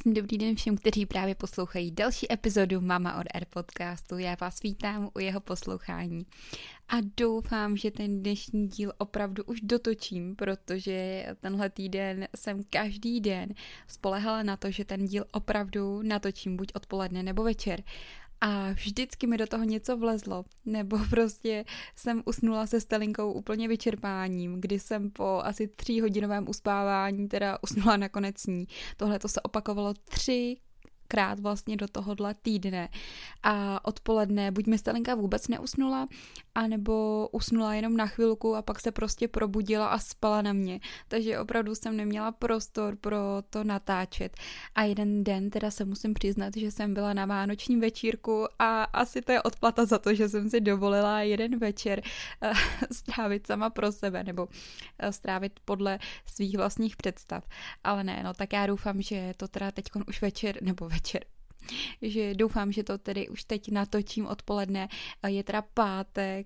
Krásný dobrý den všem, kteří právě poslouchají další epizodu Mama od Air podcastu. Já vás vítám u jeho poslouchání a doufám, že ten dnešní díl opravdu už dotočím, protože tenhle týden jsem každý den spoléhala na to, že ten díl opravdu natočím buď odpoledne nebo večer. A vždycky mi do toho něco vlezlo, nebo prostě jsem usnula se Stelinkou úplně vyčerpáním, kdy jsem po asi 3hodinovém uspávání teda usnula nakonec s ní. Tohle to se opakovalo 3krát vlastně do tohohle týdne a odpoledne buď mi Stelinka vůbec neusnula, anebo usnula jenom na chvilku a pak se prostě probudila a spala na mě. Takže opravdu jsem neměla prostor pro to natáčet. A jeden den teda se musím přiznat, že jsem byla na vánočním večírku a asi to je odplata za to, že jsem si dovolila jeden večer strávit sama pro sebe, nebo strávit podle svých vlastních představ. Ale ne, no tak já doufám, že to teda teďkon už večer, že doufám, že to tedy už teď natočím odpoledne. Je teda pátek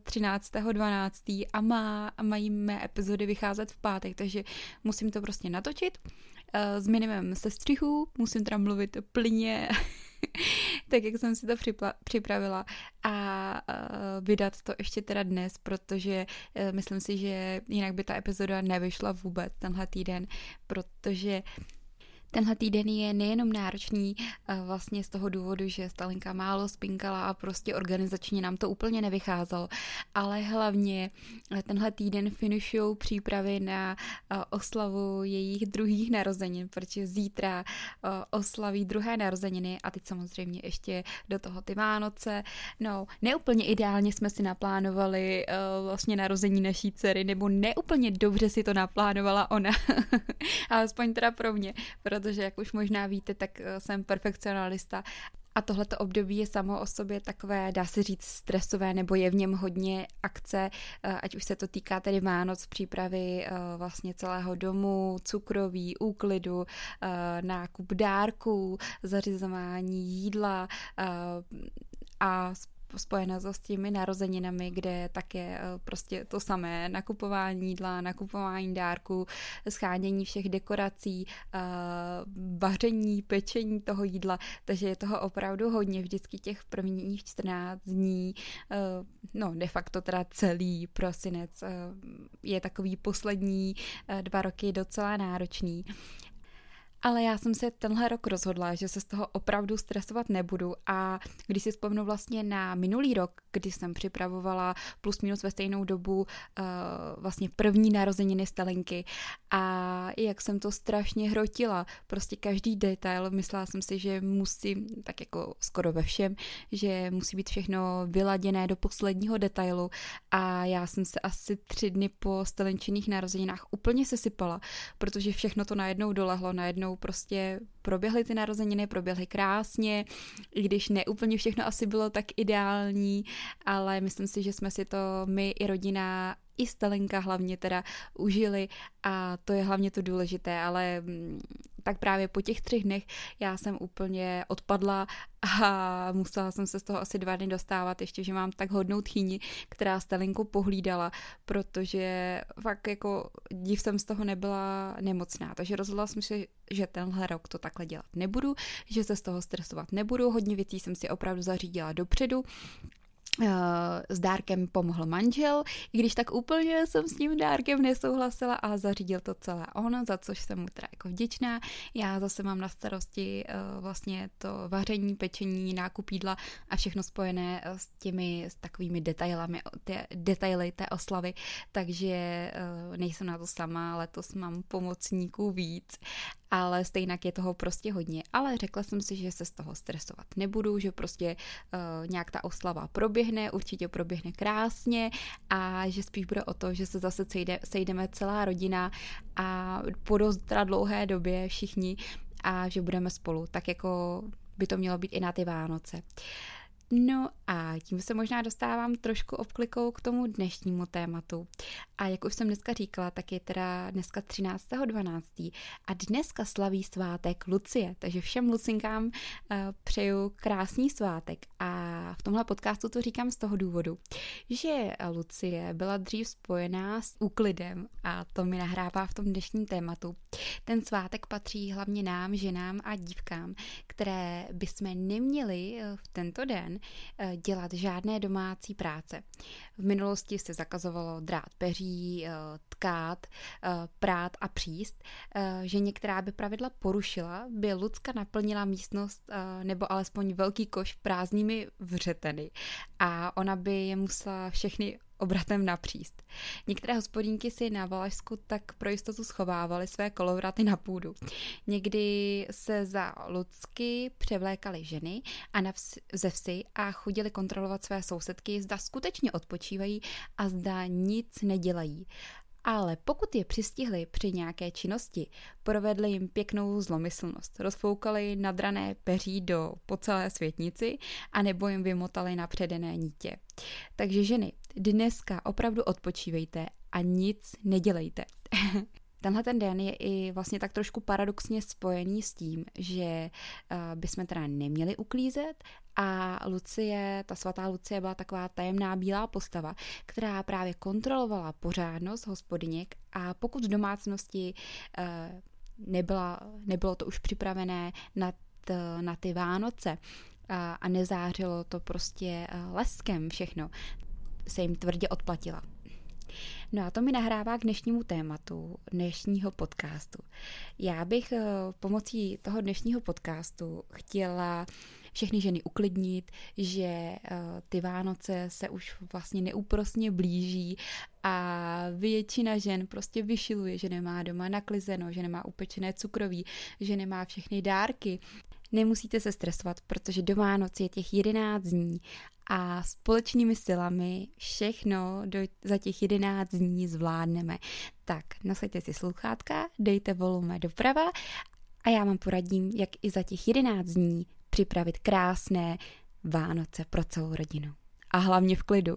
13.12. a mají mé epizody vycházet v pátek, takže musím to prostě natočit s minimem sestřihů, musím teda mluvit plynně, tak jak jsem si to připravila a vydat to ještě teda dnes, protože myslím si, že jinak by ta epizoda nevyšla vůbec tenhle týden, protože tenhle týden je nejenom náročný vlastně z toho důvodu, že Stalinka málo spinkala a prostě organizačně nám to úplně nevycházelo, ale hlavně tenhle týden finišujou přípravy na oslavu jejich druhých narozenin, protože zítra oslaví druhé narozeniny a teď samozřejmě ještě do toho ty Vánoce. No, neúplně ideálně jsme si naplánovali vlastně narození naší dcery, nebo neúplně dobře si to naplánovala ona, alespoň teda pro mě, protože jak už možná víte, tak jsem perfekcionalista a tohleto období je samo o sobě takové, dá se říct, stresové, nebo je v něm hodně akce, ať už se to týká tedy Vánoc, přípravy vlastně celého domu, cukroví, úklidu, nákup dárků, zařizování jídla a spojené s těmi narozeninami, kde také prostě to samé, nakupování jídla, nakupování dárků, schánění všech dekorací, vaření, pečení toho jídla, takže je toho opravdu hodně, vždycky těch prvních 14 dní, no de facto teda celý prosinec je takový poslední 2 roky docela náročný. Ale já jsem se tenhle rok rozhodla, že se z toho opravdu stresovat nebudu a když si vzpomenu vlastně na minulý rok, kdy jsem připravovala plus minus ve stejnou dobu vlastně první narozeniny Stelinky a jak jsem to strašně hrotila, prostě každý detail, myslela jsem si, že musím, tak jako skoro ve všem, že musí být všechno vyladěné do posledního detailu a já jsem se asi 3 dny po Stelinčiných narozeninách úplně sesypala, protože všechno to najednou dolehlo, najednou prostě proběhly ty narozeniny, proběhly krásně, i když ne úplně všechno asi bylo tak ideální, ale myslím si, že jsme si to my i rodina i Stelinka hlavně teda užili a to je hlavně to důležité, ale tak právě po těch 3 dnech já jsem úplně odpadla a musela jsem se z toho asi 2 dny dostávat, ještě, že mám tak hodnou tchýni, která Stelinku pohlídala, protože fakt jako div jsem z toho nebyla nemocná, takže rozhodla jsem se, že tenhle rok to takhle dělat nebudu, že se z toho stresovat nebudu, hodně věcí jsem si opravdu zařídila dopředu. S dárkem pomohl manžel, i když tak úplně jsem s tím dárkem nesouhlasila a zařídil to celé on, za což jsem mu teda jako vděčná. Já zase mám na starosti vlastně to vaření, pečení, nákup jídla a všechno spojené s takovými detaily té oslavy, takže nejsem na to sama, letos mám pomocníků víc, ale stejnak je toho prostě hodně. Ale řekla jsem si, že se z toho stresovat nebudu, že prostě nějak ta oslava proběhne, určitě proběhne krásně a že spíš bude o to, že se zase sejdeme celá rodina a po dost dlouhé době všichni a že budeme spolu, tak jako by to mělo být i na ty Vánoce. No a tím se možná dostávám trošku obklikou k tomu dnešnímu tématu. A jak už jsem dneska říkala, tak je teda dneska 13.12. a dneska slaví svátek Lucie, takže všem Lucinkám přeju krásný svátek. A v tomhle podcastu to říkám z toho důvodu, že Lucie byla dřív spojená s úklidem a to mi nahrává v tom dnešním tématu. Ten svátek patří hlavně nám, ženám a dívkám, které bychom neměli v tento den dělat žádné domácí práce. V minulosti se zakazovalo drát peří, tkát, prát a příst. Ženě, která by pravidla porušila, by Lucka naplnila místnost nebo alespoň velký koš prázdnými vřeteny a ona by je musela všechny obratem napříst. Některé hospodínky si na Valašsku tak pro jistotu schovávaly své kolovraty na půdu. Někdy se za Lucky převlékaly ženy a ze vsi a chodili kontrolovat své sousedky, zda skutečně odpočívají a zda nic nedělají. Ale pokud je přistihli při nějaké činnosti, provedli jim pěknou zlomyslnost. Rozfoukali nadrané peří po celé světnici a nebo jim vymotali na předené nítě. Takže ženy, dneska opravdu odpočívejte a nic nedělejte. Tenhle ten den je i vlastně tak trošku paradoxně spojený s tím, že bychom teda neměli uklízet a Lucie, ta svatá Lucie byla taková tajemná bílá postava, která právě kontrolovala pořádnost hospodyněk a pokud v domácnosti nebylo to už připravené na ty Vánoce a nezářilo to prostě leskem všechno, se jim tvrdě odplatila. No a to mi nahrává k dnešnímu tématu, dnešního podcastu. Já bych pomocí toho dnešního podcastu chtěla všechny ženy uklidnit, že ty Vánoce se už vlastně neúprosně blíží a většina žen prostě vyšiluje, že nemá doma naklizeno, že nemá upečené cukroví, že nemá všechny dárky. Nemusíte se stresovat, protože do Vánoc je těch 11 dní a společnými silami všechno za těch 11 dní zvládneme. Tak, nasaďte si sluchátka, dejte volume doprava a já vám poradím, jak i za těch 11 dní připravit krásné Vánoce pro celou rodinu. A hlavně v klidu.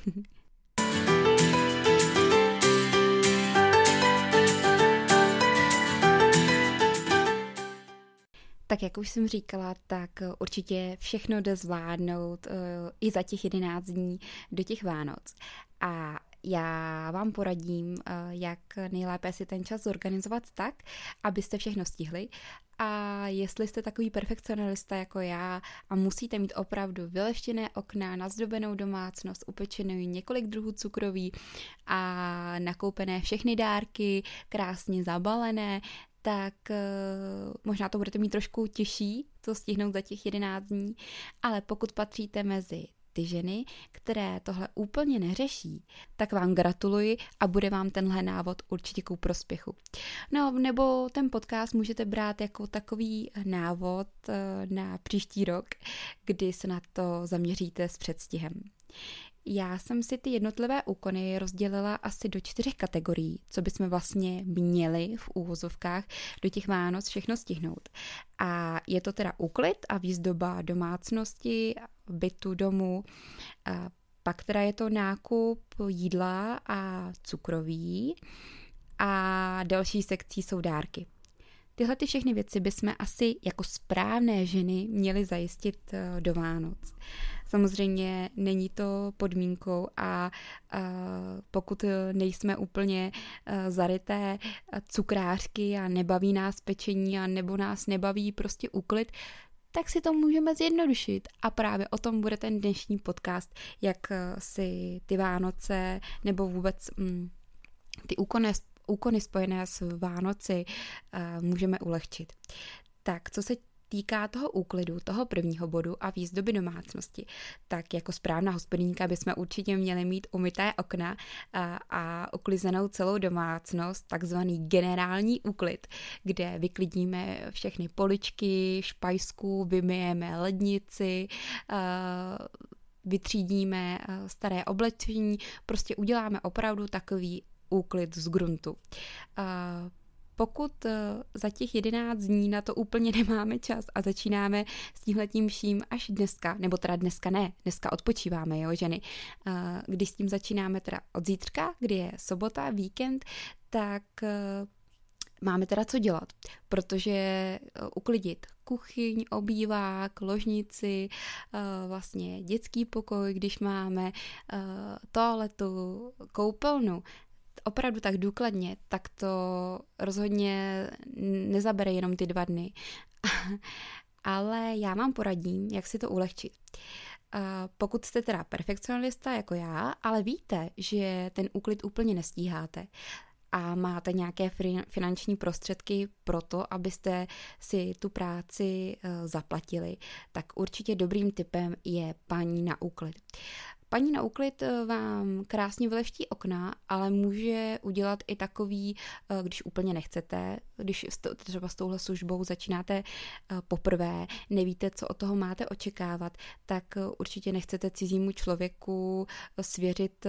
Tak jak už jsem říkala, tak určitě všechno jde zvládnout i za těch 11 dní do těch Vánoc. A já vám poradím, jak nejlépe si ten čas zorganizovat tak, abyste všechno stihli. A jestli jste takový perfekcionalista jako já a musíte mít opravdu vyleštěné okna, nazdobenou domácnost, upečenou několik druhů cukroví a nakoupené všechny dárky, krásně zabalené, tak možná to budete mít trošku těžší, to stihnout za těch 11 dní, ale pokud patříte mezi ty ženy, které tohle úplně neřeší, tak vám gratuluji a bude vám tenhle návod určitě ku prospěchu. No, nebo ten podcast můžete brát jako takový návod na příští rok, kdy se na to zaměříte s předstihem. Já jsem si ty jednotlivé úkony rozdělila asi do 4 kategorií, co bychom vlastně měli v úvozovkách do těch Vánoc všechno stihnout. A je to teda úklid a výzdoba domácnosti, bytu, domu, pak teda je to nákup jídla a cukroví a další sekcí jsou dárky. Tyhle ty všechny věci bychom asi jako správné ženy měly zajistit do Vánoc. Samozřejmě není to podmínkou a pokud nejsme úplně zaryté cukrářky a nebaví nás pečení a nebo nás nebaví prostě úklid, tak si to můžeme zjednodušit. A právě o tom bude ten dnešní podcast, jak si ty Vánoce nebo vůbec ty úkony spojené s Vánoci můžeme ulehčit. Tak, co se týká toho úklidu, toho prvního bodu a výzdoby domácnosti, tak jako správná hospodyňka bychom určitě měli mít umyté okna a uklizenou celou domácnost, takzvaný generální úklid, kde vyklidíme všechny poličky, špajsku, vymyjeme lednici, vytřídíme staré oblečení, prostě uděláme opravdu takový úklid z gruntu. Pokud za těch 11 dní na to úplně nemáme čas a začínáme s tímhletím vším až dneska, nebo teda dneska ne, dneska odpočíváme, jo, ženy, když s tím začínáme teda od zítřka, kdy je sobota, víkend, tak máme teda co dělat, protože uklidit kuchyň, obývák, ložnici, vlastně dětský pokoj, když máme toaletu, koupelnu, opravdu tak důkladně, tak to rozhodně nezabere jenom ty 2 dny. Ale já vám poradím, jak si to ulehčit. Pokud jste teda perfekcionalista jako já, ale víte, že ten úklid úplně nestíháte a máte nějaké finanční prostředky pro to, abyste si tu práci zaplatili, tak určitě dobrým tipem je paní na úklid. Paní na úklid vám krásně vyleští okna, ale může udělat i takový, když úplně nechcete, když třeba s touhle službou začínáte poprvé, nevíte, co od toho máte očekávat, tak určitě nechcete cizímu člověku svěřit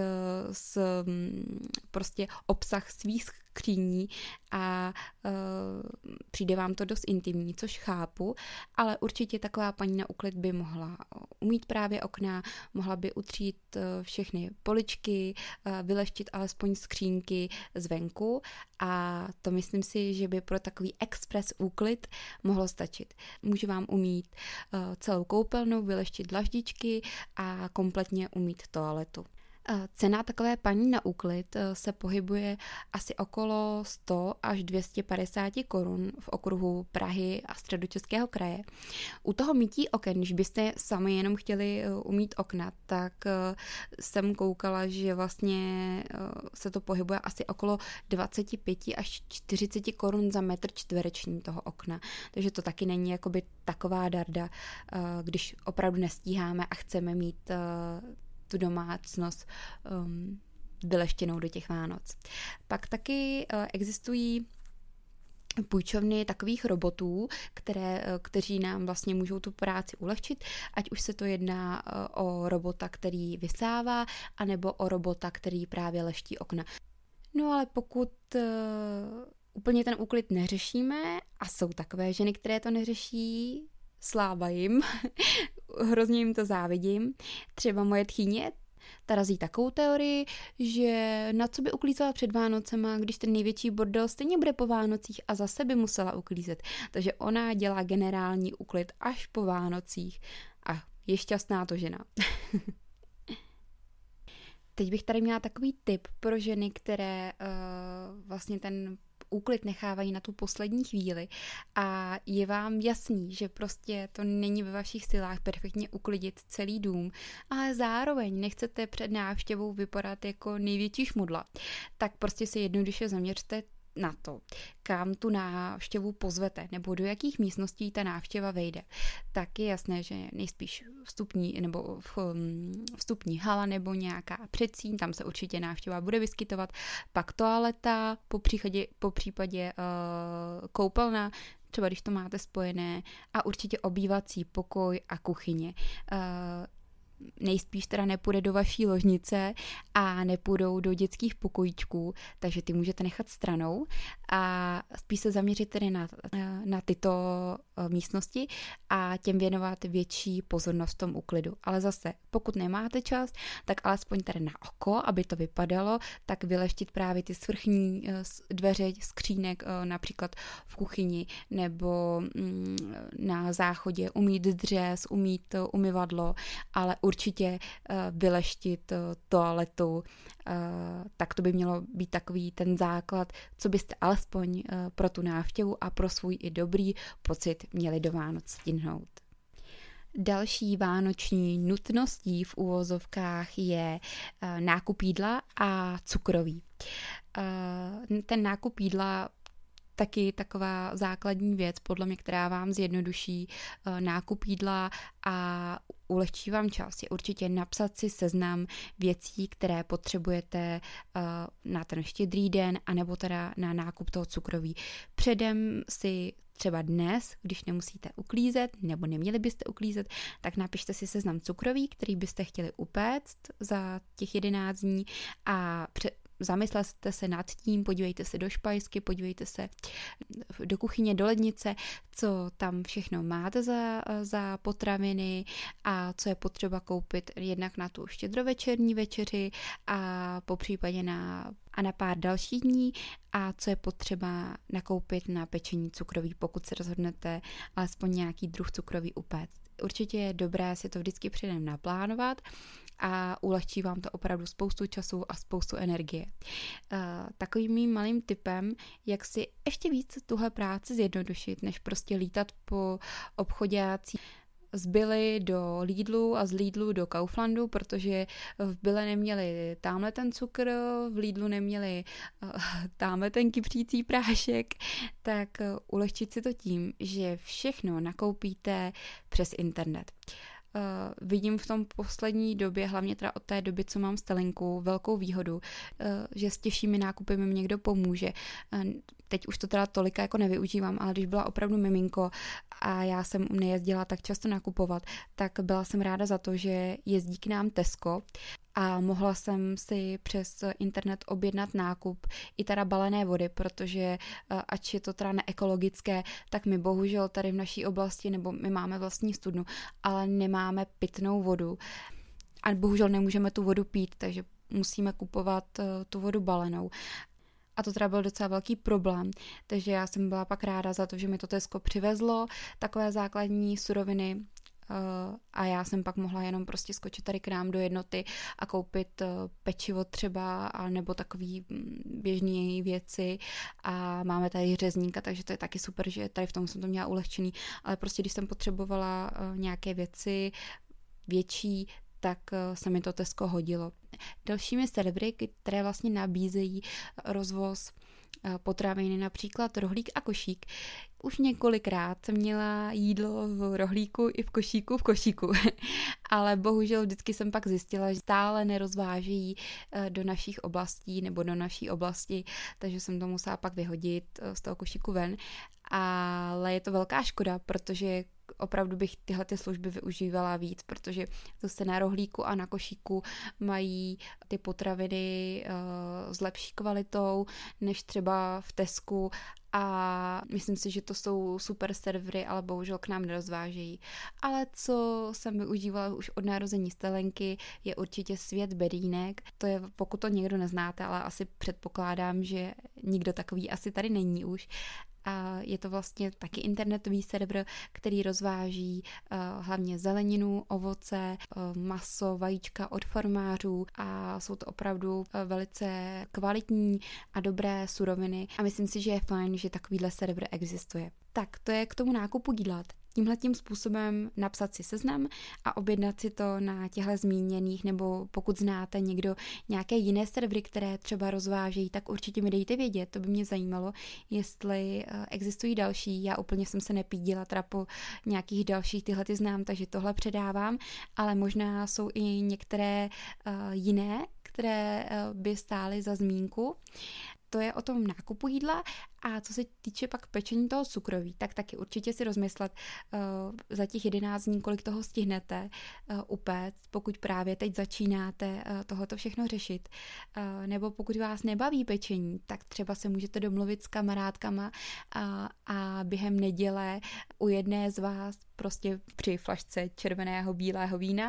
prostě obsah svých skříní a přijde vám to dost intimní, což chápu, ale určitě taková paní na úklid by mohla umýt právě okna, mohla by utřít všechny poličky, vyleštit alespoň skřínky zvenku a to myslím si, že by pro takový express úklid mohlo stačit. Může vám umýt celou koupelnu, vyleštit dlaždičky a kompletně umýt toaletu. Cena takové paní na úklid se pohybuje asi okolo 100 až 250 korun v okruhu Prahy a Středočeského kraje. U toho mytí oken, když byste sami jenom chtěli umýt okna, tak jsem koukala, že vlastně se to pohybuje asi okolo 25 až 40 korun za metr čtvereční toho okna. Takže to taky není jakoby taková darda, když opravdu nestíháme a chceme mít tu domácnost vyleštěnou do těch Vánoc. Pak taky existují půjčovny takových robotů, kteří nám vlastně můžou tu práci ulehčit, ať už se to jedná o robota, který vysává, anebo o robota, který právě leští okna. No ale pokud úplně ten úklid neřešíme, a jsou takové ženy, které to neřeší, sláva jim, hrozně jim to závidím. Třeba moje tchýně, ta razí takovou teorii, že na co by uklízela před Vánocema, když ten největší bordel stejně bude po Vánocích a zase by musela uklízet. Takže ona dělá generální úklid až po Vánocích a je šťastná to žena. Teď bych tady měla takový tip pro ženy, které vlastně ten úklid nechávají na tu poslední chvíli a je vám jasný, že prostě to není ve vašich silách perfektně uklidit celý dům, ale zároveň nechcete před návštěvou vypadat jako největší šmudla, tak prostě si jednoduše zaměřte na to, kam tu návštěvu pozvete, nebo do jakých místností ta návštěva vejde. Tak je jasné, že nejspíš vstupní hala nebo nějaká předsíň, tam se určitě návštěva bude vyskytovat, pak toaleta, po případě koupelna, třeba když to máte spojené, a určitě obývací pokoj a kuchyně. Nejspíš teda nepůjde do vaší ložnice a nepůjdou do dětských pokojíčků, takže ty můžete nechat stranou a spíš se zaměřit tedy na tyto místnosti a těm věnovat větší pozornost v tom úklidu. Ale zase, pokud nemáte čas, tak alespoň tady na oko, aby to vypadalo, tak vyleštit právě ty svrchní dveře skřínek, například v kuchyni nebo na záchodě, umýt dřez, umýt umyvadlo, ale určitě vyleštit toaletu, tak to by mělo být takový ten základ, co byste alespoň pro tu návštěvu a pro svůj i dobrý pocit měli do Vánoc stihnout. Další vánoční nutností v uvozovkách je nákup jídla a cukroví. Ten nákup jídla taky taková základní věc, podle mě, která vám zjednoduší nákup jídla a ulehčí vám čas, je určitě napsat si seznam věcí, které potřebujete na ten štědrý den, anebo teda na nákup toho cukroví. Předem si třeba dnes, když nemusíte uklízet, nebo neměli byste uklízet, tak napište si seznam cukroví, který byste chtěli upéct za těch 11 dní a zamyslete se nad tím, podívejte se do špajsky, podívejte se do kuchyně, do lednice, co tam všechno máte za potraviny a co je potřeba koupit jednak na tu štědrovečerní večeři a popřípadě na pár dalších dní a co je potřeba nakoupit na pečení cukroví, pokud se rozhodnete alespoň nějaký druh cukroví upéct. Určitě je dobré si to vždycky předem naplánovat a ulehčí vám to opravdu spoustu času a spoustu energie. Takovým mým malým tipem, jak si ještě víc tuhle práci zjednodušit, než prostě lítat po obchoďácích z Billy do Lidlu a z Lidlu do Kauflandu, protože v Bille neměli tamhle ten cukr, v Lidlu neměli tamhle ten kypřící prášek, tak ulehčit si to tím, že všechno nakoupíte přes internet. Vidím v tom poslední době, hlavně teda od té doby, co mám Stelinku, velkou výhodu, že s těžšími nákupy mi někdo pomůže. Teď už to teda tolika jako nevyužívám, ale když byla opravdu miminko a já jsem nejezdila tak často nakupovat, tak byla jsem ráda za to, že jezdí k nám Tesco a mohla jsem si přes internet objednat nákup i teda balené vody, protože ač je to teda neekologické, tak my bohužel tady v naší oblasti, nebo my máme vlastní studnu, ale nemáme pitnou vodu a bohužel nemůžeme tu vodu pít, takže musíme kupovat tu vodu balenou. A to teda byl docela velký problém, takže já jsem byla pak ráda za to, že mi to Tesco přivezlo, takové základní suroviny, a já jsem pak mohla jenom prostě skočit tady k nám do jednoty a koupit pečivo třeba, nebo takový běžný věci a máme tady řezníka, takže to je taky super, že tady v tom jsem to měla ulehčený, ale prostě když jsem potřebovala nějaké věci větší, tak se mi to Tesco hodilo. Dalšími servery, které vlastně nabízejí rozvoz potraviny, například Rohlík a Košík. Už několikrát jsem měla jídlo v rohlíku i v košíku, ale bohužel vždycky jsem pak zjistila, že stále nerozvážejí do našich oblastí nebo do naší oblasti, takže jsem to musela pak vyhodit z toho košíku ven. Ale je to velká škoda, protože opravdu bych tyhle ty služby využívala víc, protože zase na Rohlíku a na Košíku mají ty potraviny s lepší kvalitou než třeba v Tesku a myslím si, že to jsou super servery, ale bohužel k nám nerozvážejí. Ale co jsem využívala už od narození Stelenky, je určitě Svět bedínek. To je, pokud to někdo neznáte, ale asi předpokládám, že nikdo takový asi tady není už. A je to vlastně taky internetový server, který rozváží hlavně zeleninu, ovoce, maso, vajíčka od farmářů a jsou to opravdu velice kvalitní a dobré suroviny a myslím si, že je fajn, že takovýhle server existuje. Tak to je k tomu nákupu jídla. Tímhletím způsobem napsat si seznam a objednat si to na těchto zmíněných, nebo pokud znáte někdo nějaké jiné servery, které třeba rozvážejí, tak určitě mi dejte vědět, to by mě zajímalo, jestli existují další. Já úplně jsem se nepídila teda po nějakých dalších, tyhle ty znám, takže tohle předávám, ale možná jsou i některé jiné, které by stály za zmínku. To je o tom nákupu jídla a co se týče pak pečení toho cukroví, tak taky určitě si rozmyslet za těch 11 dní, kolik toho stihnete upéct, pokud právě teď začínáte tohleto všechno řešit. Nebo pokud vás nebaví pečení, tak třeba se můžete domluvit s kamarádkama a během neděle u jedné z vás prostě při flašce červeného bílého vína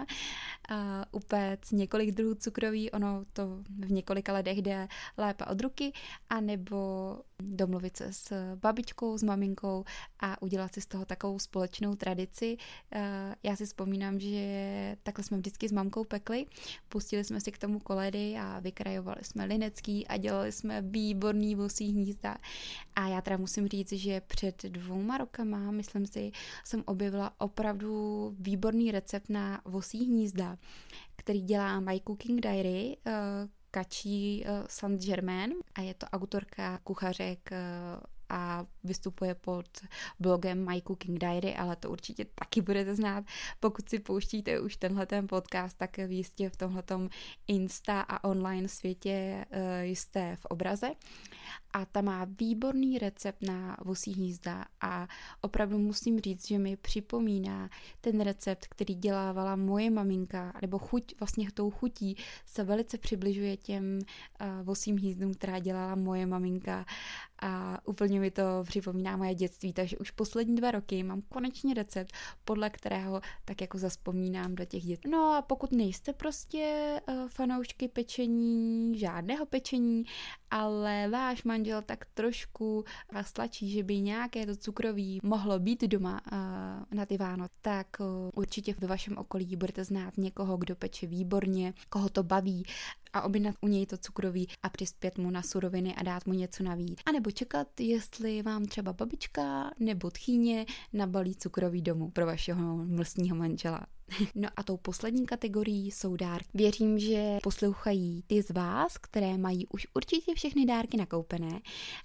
upéct několik druhů cukroví, ono to v několika ledech jde lépe od ruky, anebo domluvit se s babičkou, s maminkou a udělat si z toho takovou společnou tradici. Já si vzpomínám, že takhle jsme vždycky s mamkou pekli, pustili jsme si k tomu koledy a vykrajovali jsme linecký a dělali jsme výborný vosí hnízda. A já teda musím říct, že před 2 rokama, myslím si, jsem objevila opravdu výborný recept na vosí hnízda, který dělá My Cooking Diary, Kačí Saint-Germain a je to autorka kuchařek a vystupuje pod blogem My Cooking Diary, ale to určitě taky budete znát. Pokud si pouštíte už tenhleten podcast, tak jistě v tomhletom Insta a online světě jste v obraze. A ta má výborný recept na vosí hnízda a opravdu musím říct, že mi připomíná ten recept, který dělávala moje maminka, nebo vlastně tou chutí se velice přibližuje těm vosím hnízdům, která dělala moje maminka a úplně mi to připomíná moje dětství, takže už poslední 2 roky mám konečně recept, podle kterého tak jako zazpomínám do těch dětství. No a pokud nejste prostě fanoušky pečení, žádného pečení, ale váš manžel tak trošku vás tlačí, že by nějaké to cukroví mohlo být doma na ty Vánoce, tak určitě ve vašem okolí budete znát někoho, kdo peče výborně, koho to baví a objednat u něj to cukroví a přispět mu na suroviny a dát mu něco navíc. A nebo čekat, jestli vám třeba babička nebo tchýně nabalí cukroví domů pro vašeho mlsního manžela. No a tou poslední kategorií jsou dárky. Věřím, že poslouchají ty z vás, které mají už určitě všechny dárky nakoupené,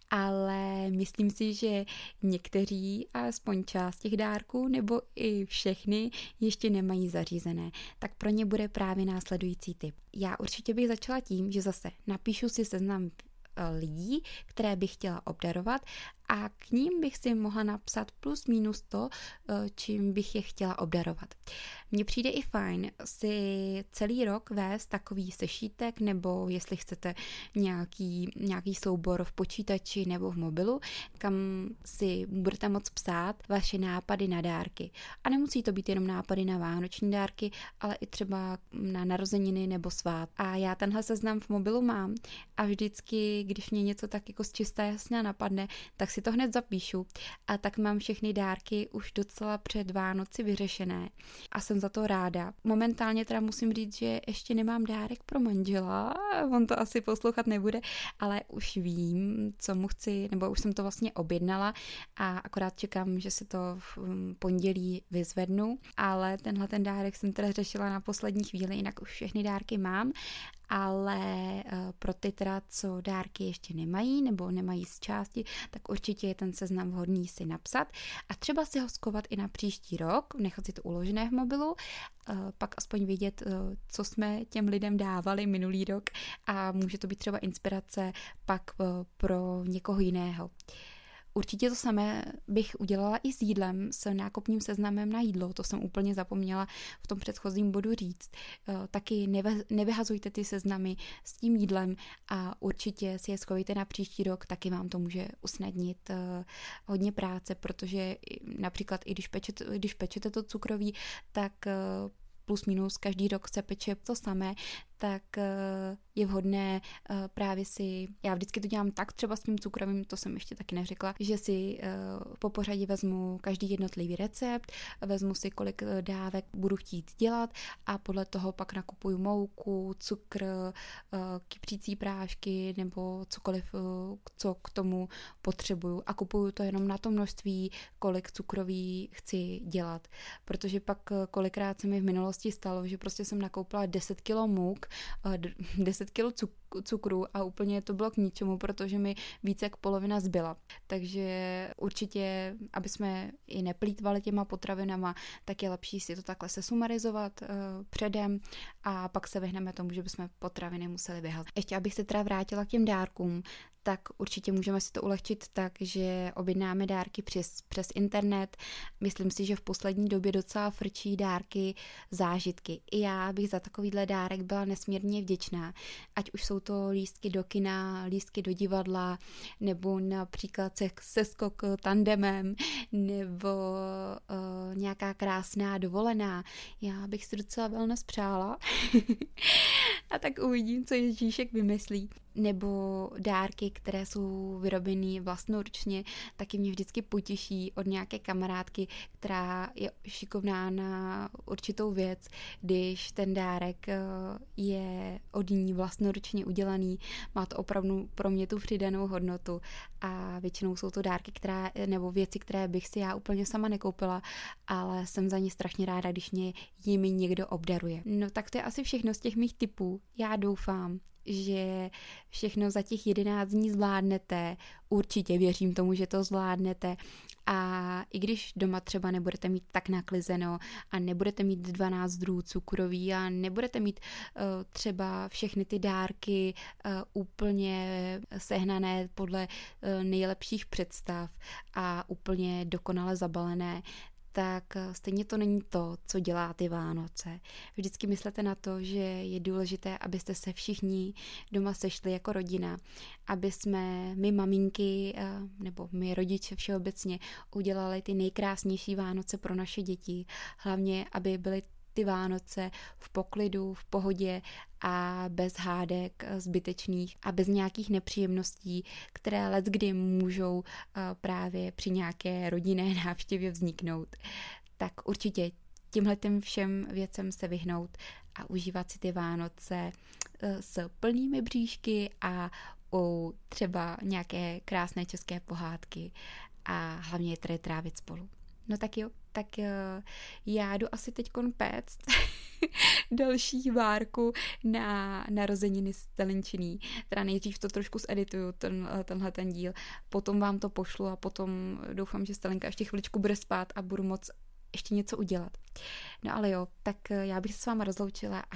ale myslím si, že někteří, alespoň část těch dárků, nebo i všechny, ještě nemají zařízené. Tak pro ně bude právě následující tip. Já určitě bych začala tím, že zase napíšu si seznam lidí, které bych chtěla obdarovat a k ním bych si mohla napsat plus minus to, čím bych je chtěla obdarovat. Mně přijde i fajn si celý rok vést takový sešítek, nebo jestli chcete nějaký soubor v počítači nebo v mobilu, kam si budete moct psát vaše nápady na dárky. A nemusí to být jenom nápady na vánoční dárky, ale i třeba na narozeniny nebo svát. A já tenhle seznam v mobilu mám a vždycky, když mě něco tak jako z čistá jasně napadne, tak si to hned zapíšu a tak mám všechny dárky už docela před Vánoci vyřešené a jsem za to ráda. Momentálně teda musím říct, že ještě nemám dárek pro manžela, on to asi poslouchat nebude, ale už vím, co mu chci, nebo už jsem to vlastně objednala a akorát čekám, že se to v pondělí vyzvednu, ale tenhle ten dárek jsem teda řešila na poslední chvíli, jinak už všechny dárky mám, ale pro ty teda, co dárky ještě nemají nebo nemají z části, tak určitě je ten seznam vhodný si napsat a třeba si ho skovat i na příští rok, nechat si to uložené v mobilu, pak aspoň vědět, co jsme těm lidem dávali minulý rok a může to být třeba inspirace pak pro někoho jiného. Určitě to samé bych udělala i s jídlem, s nákupním seznamem na jídlo, to jsem úplně zapomněla v tom předchozím bodu říct. Taky nevyhazujte ty seznamy s tím jídlem a určitě si je schovejte na příští rok, taky vám to může usnadnit hodně práce, protože například i když pečete to cukroví, tak plus minus každý rok se peče to samé, tak je vhodné právě si, já vždycky to dělám tak třeba s tím cukrovým, to jsem ještě taky neřekla, že si po pořadí vezmu každý jednotlivý recept, vezmu si, kolik dávek budu chtít dělat a podle toho pak nakupuju mouku, cukr, kypřící prášky nebo cokoliv, co k tomu potřebuju a kupuju to jenom na to množství, kolik cukroví chci dělat, protože pak kolikrát se mi v minulosti stalo, že prostě jsem nakoupila 10 kilo můk, 10 kilo cukru a úplně to bylo k ničemu, protože mi více jak polovina zbyla. Takže určitě, aby jsme i neplýtvali těma potravinama, tak je lepší si to takhle sesumarizovat předem a pak se vyhneme tomu, že bychom potraviny museli vyhazit. Ještě abych se teda vrátila k těm dárkům, tak určitě můžeme si to ulehčit tak, že objednáme dárky přes internet. Myslím si, že v poslední době docela frčí dárky zážitky. I já bych za takovýhle dárek byla nesmírně vděčná. Ať už jsou to lístky do kina, lístky do divadla, nebo například seskok tandemem, nebo nějaká krásná dovolená. Já bych si docela wellness přála. A tak uvidím, co Ježíšek vymyslí. Nebo dárky, které jsou vyrobené vlastnoručně, taky mě vždycky potěší od nějaké kamarádky, která je šikovná na určitou věc, když ten dárek je od ní vlastnoručně udělaný, má to opravdu pro mě tu přidanou hodnotu a většinou jsou to dárky, nebo věci, které bych si já úplně sama nekoupila, ale jsem za ně strašně ráda, když mě jimi někdo obdaruje. No tak to je asi všechno z těch mých tipů. Já doufám, že všechno za těch 11 dní zvládnete, určitě věřím tomu, že to zvládnete a i když doma třeba nebudete mít tak naklizeno a nebudete mít 12 druhů cukroví a nebudete mít třeba všechny ty dárky úplně sehnané podle nejlepších představ a úplně dokonale zabalené, tak stejně to není to, co dělá ty Vánoce. Vždycky myslete na to, že je důležité, abyste se všichni doma sešli jako rodina, aby jsme my maminky nebo my rodiče všeobecně udělali ty nejkrásnější Vánoce pro naše děti. Hlavně, aby byly ty Vánoce v poklidu, v pohodě a bez hádek zbytečných a bez nějakých nepříjemností, které leckdy můžou právě při nějaké rodinné návštěvě vzniknout. Tak určitě tímhletem všem věcem se vyhnout a užívat si ty Vánoce s plnými bříšky a u třeba nějaké krásné české pohádky a hlavně je tady trávit spolu. No tak jo, tak já jdu asi teďkon péct další várku na narozeniny z Telinčiný. Teda nejdřív to trošku zedituju, tenhle ten díl, potom vám to pošlu a potom doufám, že Stelinka ještě chviličku bude spát a budu moc ještě něco udělat. No ale jo, tak já bych se s váma rozloučila a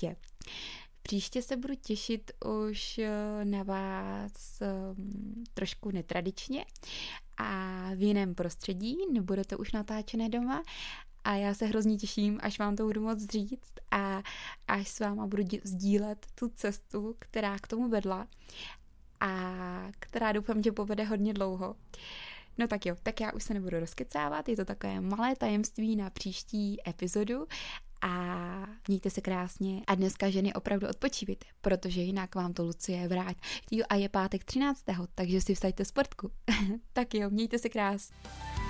Příště se budu těšit už na vás trošku netradičně a v jiném prostředí, nebude to už natáčené doma a já se hrozně těším, až vám to budu moct říct a až s váma budu sdílet tu cestu, která k tomu vedla a která doufám, že povede hodně dlouho. No tak jo, tak já už se nebudu rozkecávat, je to takové malé tajemství na příští epizodu a mějte se krásně a dneska ženy opravdu odpočívejte, protože jinak vám to Lucie vrátí a je pátek 13. takže si vsaďte sportku. Tak jo, mějte se krásně.